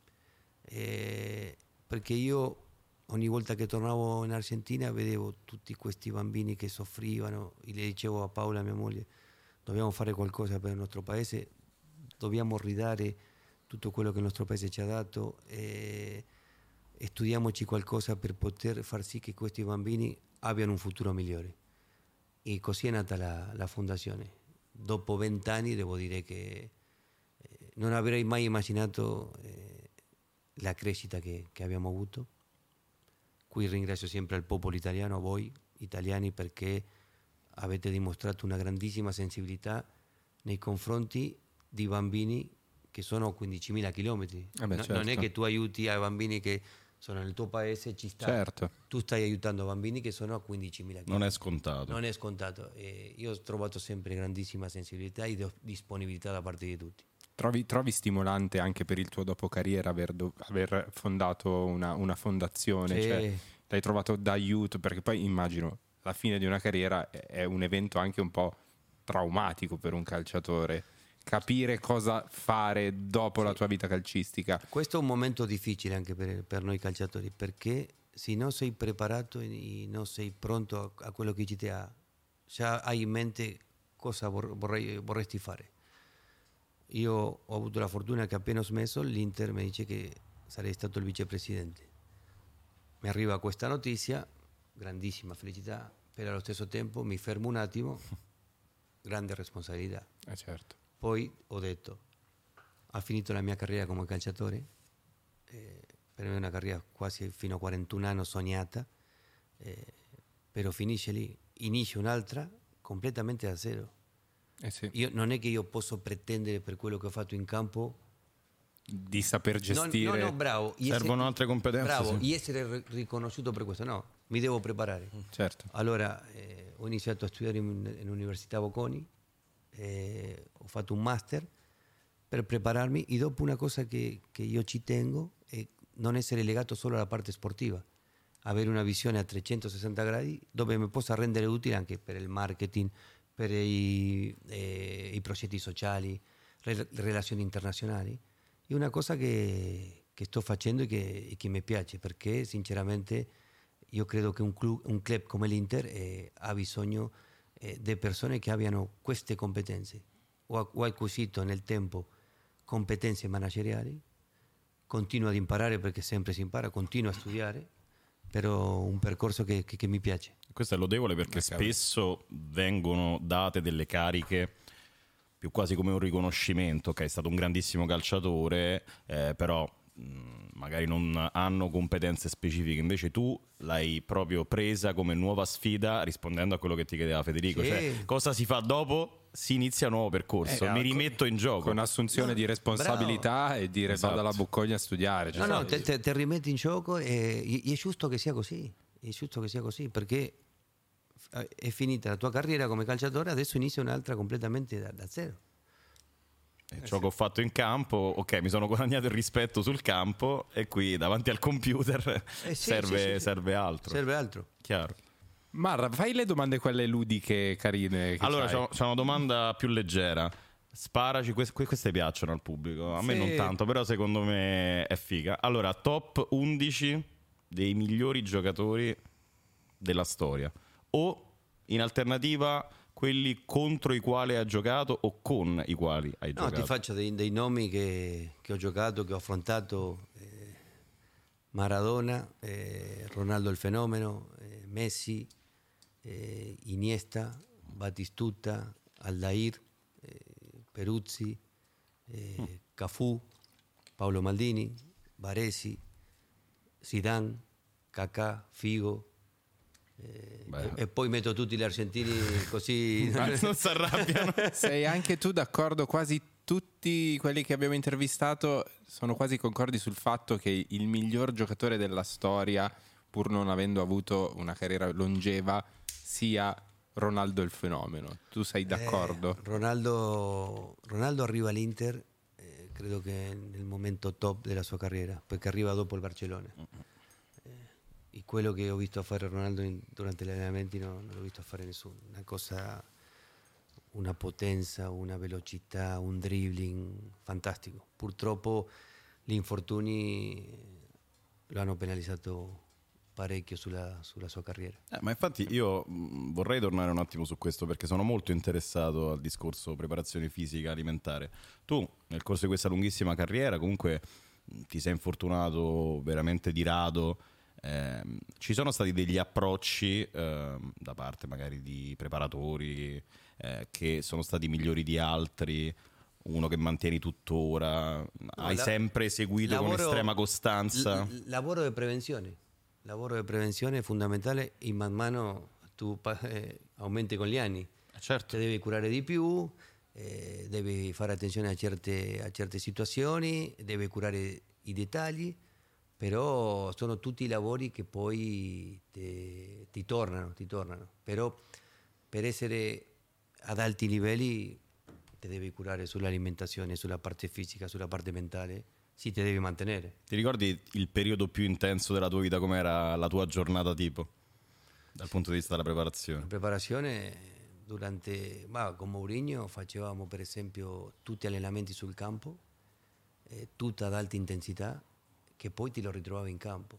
perché io ogni volta che tornavo in Argentina vedevo tutti questi bambini che soffrivano e le dicevo a Paola, mia moglie, dobbiamo fare qualcosa per il nostro paese, dobbiamo ridare tutto quello che il nostro paese ci ha dato e studiamoci qualcosa per poter far sì che questi bambini abbiano un futuro migliore. E così è nata la fondazione. Dopo 20 anni devo dire che non avrei mai immaginato la crescita che abbiamo avuto. Qui ringrazio sempre al popolo italiano, a voi italiani, perché avete dimostrato una grandissima sensibilità nei confronti di bambini che sono a 15.000 chilometri.
Certo.
Non è che tu aiuti ai bambini che sono nel tuo paese, ci sta.
Certo.
Tu stai aiutando bambini che sono a 15.000 chilometri.
Non è scontato.
Non è scontato. Io ho trovato sempre grandissima sensibilità e disponibilità da parte di tutti.
Trovi stimolante anche per il tuo dopo carriera aver fondato una fondazione,
Sì.
cioè l'hai trovato d'aiuto, perché poi immagino la fine di una carriera è un evento anche un po' traumatico per un calciatore, capire cosa fare dopo la tua vita calcistica.
Questo è un momento difficile anche per noi calciatori, perché se non sei preparato e non sei pronto a quello che ci già hai in mente cosa vorresti fare. Io ho avuto la fortuna che appena ho smesso l'Inter mi dice che sarei stato il vicepresidente. Mi arriva questa notizia, grandissima felicità, però allo stesso tempo mi fermo un attimo, grande responsabilità.
Certo.
Poi ho detto, ha finito la mia carriera come calciatore, per me è una carriera quasi fino a 41 anni sognata, però finisce lì, inizia un'altra completamente da zero.
Sì.
Non è che io posso pretendere per quello che ho fatto in campo
Di saper gestire.
No, bravo.
Servono altre competenze.
Bravo,
Sì.
e essere riconosciuto per questo. No, mi devo preparare.
Certo.
Allora ho iniziato a studiare in Università Bocconi, ho fatto un master per prepararmi e dopo una cosa che io ci tengo è non essere legato solo alla parte sportiva, avere una visione a 360 gradi dove mi possa rendere utile anche per il marketing, per i progetti sociali, relazioni internazionali. È una cosa che che sto facendo e che mi piace, perché sinceramente io credo che un club come l'Inter ha bisogno di persone che abbiano queste competenze. Ho acquisito nel tempo competenze manageriali, continuo ad imparare perché sempre si impara, continuo a studiare, però un percorso che mi piace.
Questo è lodevole perché spesso vengono date delle cariche più quasi come un riconoscimento, che è stato un grandissimo calciatore, però magari non hanno competenze specifiche. Invece tu l'hai proprio presa come nuova sfida, rispondendo a quello che ti chiedeva Federico.
Sì.
Cioè, cosa si fa dopo? Si inizia un nuovo percorso, mi rimetto in gioco.
Con assunzione di responsabilità
bravo.
e dire vado alla Boccogna a studiare. Cioè,
No, te rimetti in gioco e è giusto che sia così. È giusto che sia così, perché è finita la tua carriera come calciatore, adesso inizia un'altra completamente da zero.
Ciò che ho fatto in campo, ok, mi sono guadagnato il rispetto sul campo e qui davanti al computer serve altro.
Serve altro.
Chiaro.
Marra, fai le domande quelle ludiche, carine. Che
Allora,
c'hai.
c'è una domanda più leggera. Sparaci, queste piacciono al pubblico. A me
Sì.
non tanto, però secondo me è figa. Allora, top 11 dei migliori giocatori della storia. O, in alternativa, quelli contro i quali hai giocato o con i quali hai
No,
giocato.
ti faccio dei nomi che ho giocato, che ho affrontato. Maradona, Ronaldo il fenomeno, Messi, Iniesta, Batistuta, Aldair, Peruzzi, Cafù, Paolo Maldini, Baresi, Zidane, Kaká, Figo. E poi metto tutti gli argentini così.
Non si arrabbiano.
Sei anche tu d'accordo? Quasi tutti quelli che abbiamo intervistato sono quasi concordi sul fatto che il miglior giocatore della storia, pur non avendo avuto una carriera longeva, sia Ronaldo il fenomeno. Tu sei d'accordo?
Ronaldo arriva all'Inter, credo che nel momento top della sua carriera, perché arriva dopo il Barcellona. E quello che ho visto fare Ronaldo durante gli allenamenti non l'ho visto fare nessuno. Una cosa, una potenza, una velocità, un dribbling fantastico. Purtroppo gli infortuni lo hanno penalizzato parecchio sulla sua carriera.
Ma infatti io vorrei tornare un attimo su questo, perché sono molto interessato al discorso preparazione fisica alimentare. Tu nel corso di questa lunghissima carriera comunque ti sei infortunato veramente di rado. Ci sono stati degli approcci da parte magari di preparatori che sono stati migliori di altri, uno che mantieni tuttora, hai sempre seguito con estrema costanza?
Lavoro di prevenzione. Lavoro di prevenzione è fondamentale e man mano tu aumenti con gli anni.
Certo.
Ti devi curare di più, devi fare attenzione a certe situazioni, devi curare i dettagli, però sono tutti lavori che poi ti tornano. Però per essere ad alti livelli ti devi curare sull'alimentazione, sulla parte fisica, sulla parte mentale. Sì, ti devi mantenere.
Ti ricordi il periodo più intenso della tua vita, com'era la tua giornata tipo, dal punto di vista della preparazione?
La preparazione con Mourinho facevamo per esempio tutti allenamenti sul campo, tutta ad alta intensità, che poi ti lo ritrovavi in campo.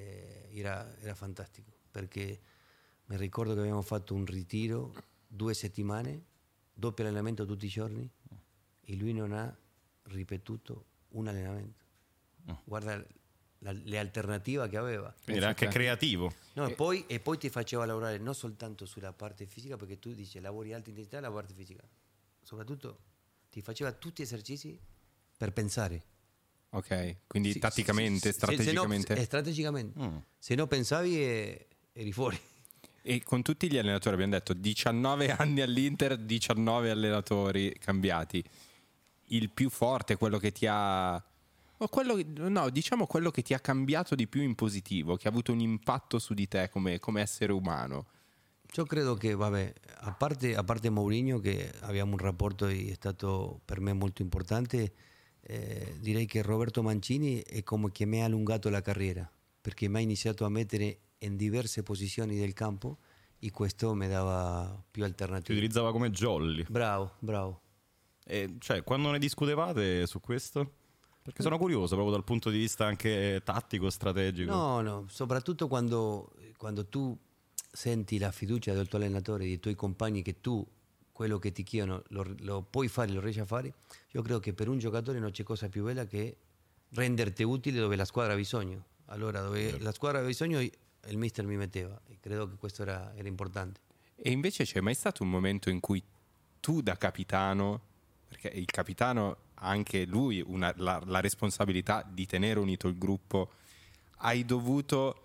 Era fantastico, perché mi ricordo che abbiamo fatto un ritiro 2 settimane, doppio allenamento tutti i giorni, e lui non ha ripetuto un allenamento. Guarda le alternative che aveva.
Quindi era anche creativo.
No, e poi ti faceva lavorare non soltanto sulla parte fisica, perché tu dici lavori alta intensità, la parte fisica. Soprattutto ti faceva tutti esercizi per pensare.
Ok, quindi tatticamente, strategicamente.
Strategicamente. Se no pensavi eri fuori.
E con tutti gli allenatori, abbiamo detto 19 anni all'Inter, 19 allenatori cambiati. Il più forte, quello che ti ha... diciamo quello che ti ha cambiato di più in positivo, che ha avuto un impatto su di te come essere umano.
Io credo che, a parte Mourinho, che abbiamo un rapporto e è stato per me molto importante, direi che Roberto Mancini è come che mi ha allungato la carriera, perché mi ha iniziato a mettere in diverse posizioni del campo e questo mi dava più
Ti
alternative.
utilizzava come jolly.
Bravo.
E cioè, quando ne discutevate su questo? Perché sono curioso proprio dal punto di vista anche tattico, strategico.
No, soprattutto quando tu senti la fiducia del tuo allenatore, dei tuoi compagni, che tu quello che ti chiedono lo puoi fare, lo riesci a fare. Io credo che per un giocatore non c'è cosa più bella che renderti utile dove la squadra ha bisogno. Allora, dove la squadra ha bisogno, il mister mi metteva, e credo che questo era importante.
E invece c'è mai stato un momento in cui tu da capitano, perché il capitano ha anche lui la responsabilità di tenere unito il gruppo, hai dovuto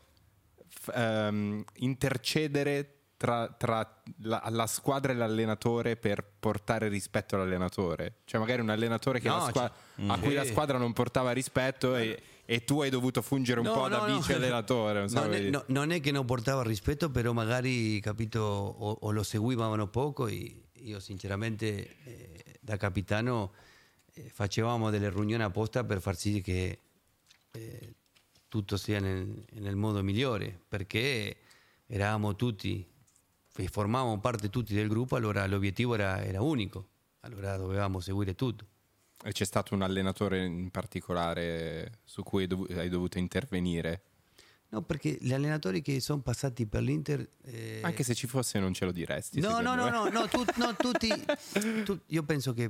intercedere tra la squadra e l'allenatore per portare rispetto all'allenatore? Cioè magari un allenatore che a cui la squadra non portava rispetto e tu hai dovuto fungere un po' da vice allenatore.
Non è che non portava rispetto, però magari, capito, o lo seguivano poco, e io sinceramente da capitano facevamo delle riunioni apposta per far sì che tutto sia nel modo migliore, perché eravamo tutti e formavamo parte tutti del gruppo, allora l'obiettivo era unico, allora dovevamo seguire tutto.
E c'è stato un allenatore in particolare su cui hai dovuto intervenire?
No, perché gli allenatori che sono passati per l'Inter...
Anche se ci fosse non ce lo diresti.
No, tutti... io penso che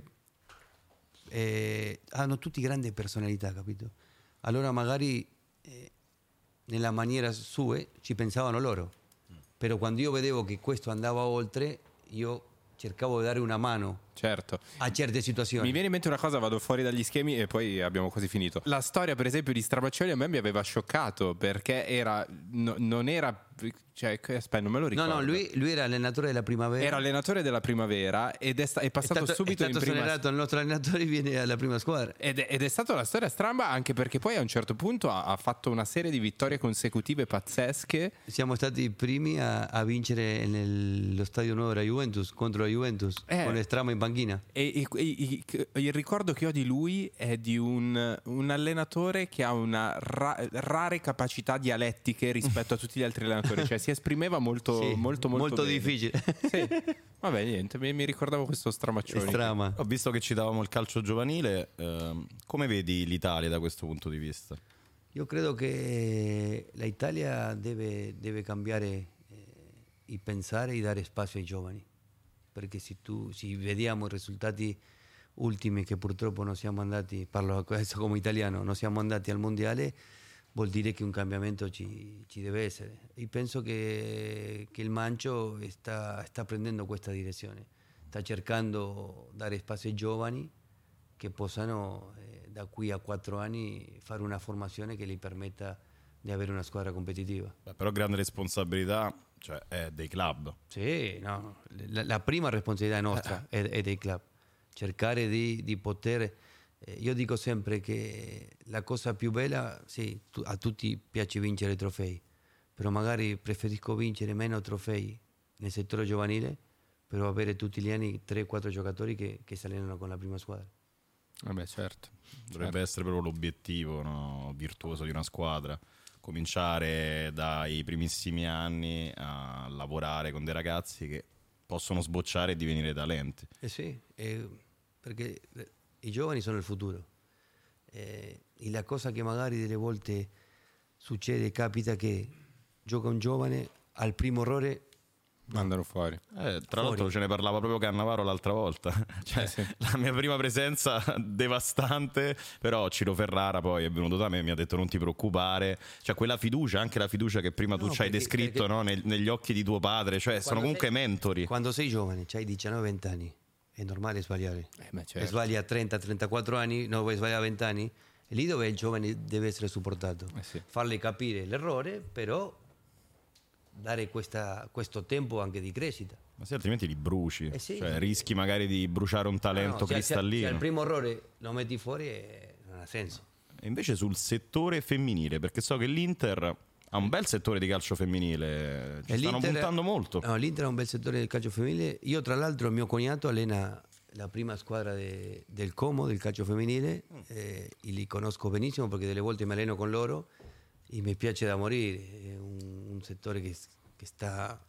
hanno tutti grandi personalità, capito? Allora magari nella maniera sua ci pensavano loro, però quando io vedevo che questo andava oltre, io cercavo di dare una mano,
certo,
a certe situazioni.
Mi viene in mente una cosa, vado fuori dagli schemi e poi abbiamo quasi finito. La storia per esempio di Stramaccioni a me mi aveva scioccato, perché non era, cioè, aspetta, non me lo ricordo.
No, lui era allenatore della Primavera.
Era allenatore della Primavera ed è passato subito in prima.
Il nostro allenatore viene alla prima squadra.
Ed è stata una storia stramba, anche perché poi a un certo punto ha fatto una serie di vittorie consecutive pazzesche.
Siamo stati i primi a vincere nello stadio nuovo della Juventus, contro la Juventus, con Strama in panchina.
E il ricordo che ho di lui è di un allenatore che ha una rare capacità dialettiche rispetto a tutti gli altri allenatori, cioè si esprimeva molto bene.
Difficile.
Sì. Vabbè, niente, mi ricordavo questo Stramaccioni.
Ho visto che citavamo il calcio giovanile, come vedi l'Italia da questo punto di vista?
Io credo che l'Italia deve cambiare il pensare e dare spazio ai giovani, perché se vediamo i risultati ultimi, che purtroppo non siamo andati, parlo adesso come italiano, non siamo andati al mondiale, vuol dire che un cambiamento ci deve essere. Io penso che il Mancio sta prendendo questa direzione, sta cercando di dare spazio ai giovani che possano da qui a 4 anni fare una formazione che gli permetta di avere una squadra competitiva.
Però grande responsabilità, cioè, è dei club.
Sì, no, la prima responsabilità nostra è dei club, cercare di poter... io dico sempre che la cosa più bella, sì, a tutti piace vincere trofei, però magari preferisco vincere meno trofei nel settore giovanile, però avere tutti gli anni 3-4 giocatori che si allenano con la prima squadra.
Vabbè, certo.
Dovrebbe essere proprio l'obiettivo, no, virtuoso di una squadra. Cominciare dai primissimi anni a lavorare con dei ragazzi che possono sbocciare e divenire talenti.
Sì, perché i giovani sono il futuro. E la cosa che magari delle volte succede, capita che gioca un giovane, al primo errore
mandano fuori.
Tra l'altro ce ne parlava proprio Cannavaro l'altra volta. Cioè,
sì.
La mia prima presenza devastante, però Ciro Ferrara poi è venuto da me e mi ha detto non ti preoccupare. Cioè quella fiducia, anche la fiducia che prima tu ci hai descritto, no? Negli occhi di tuo padre, cioè sono comunque mentori.
Quando sei giovane, hai 19-20 anni, è normale sbagliare.
Certo.
Sbagli a 30-34 anni, non vuoi sbagliare a 20 anni, è lì dove il giovane deve essere supportato.
Sì.
Farle capire l'errore, però dare questo tempo anche di crescita.
Ma se altrimenti li bruci,
sì.
Cioè rischi magari di bruciare un talento cristallino.
Se al primo errore lo metti fuori non ha senso.
E invece sul settore femminile, perché so che l'Inter ha un bel settore di calcio femminile, ci stanno puntando molto.
No, l'Inter ha un bel settore del calcio femminile. Io tra l'altro, mio cognato allena la prima squadra del Como, del calcio femminile, e li conosco benissimo perché delle volte mi alleno con loro e mi piace da morire. È un settore che sta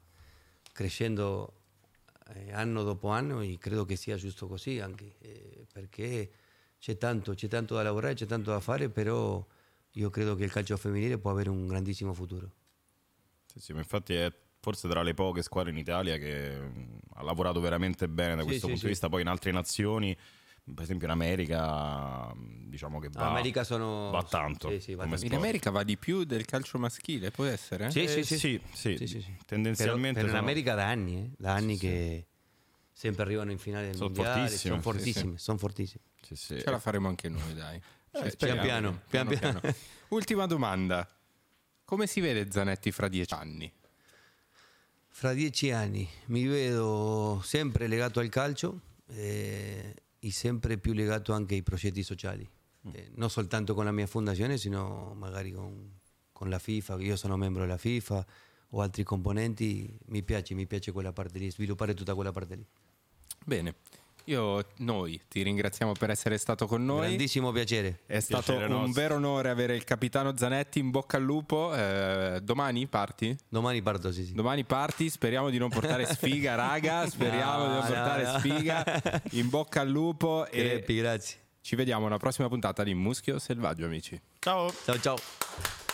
crescendo anno dopo anno, e credo che sia giusto così, anche perché c'è tanto da lavorare, c'è tanto da fare, però io credo che il calcio femminile può avere un grandissimo futuro.
Sì, ma infatti è forse tra le poche squadre in Italia che ha lavorato veramente bene da questo punto di vista. Poi in altre nazioni, per esempio in America, diciamo che va tanto.
In America va di più del calcio maschile, può essere?
Sì.
Tendenzialmente
però in America da anni che sempre arrivano in finale del mondiale, sono fortissime.
Ce la faremo anche noi, dai.
Pian piano.
Ultima domanda. Come si vede Zanetti fra 10 anni?
Fra 10 anni mi vedo sempre legato al calcio e sempre più legato anche ai progetti sociali, non soltanto con la mia fondazione, sino magari con la FIFA. Io sono membro della FIFA o altri componenti, mi piace quella parte lì, sviluppare tutta quella parte lì.
Bene. Noi ti ringraziamo per essere stato con noi.
Grandissimo piacere.
È stato un vero onore avere il capitano Zanetti. In bocca al lupo. Domani parti?
Domani parto, sì.
Domani parti. Speriamo di non portare sfiga, raga. Speriamo di non portare sfiga. In bocca al lupo.
Grazie.
Ci vediamo alla prossima puntata di Muschio Selvaggio, amici.
Ciao.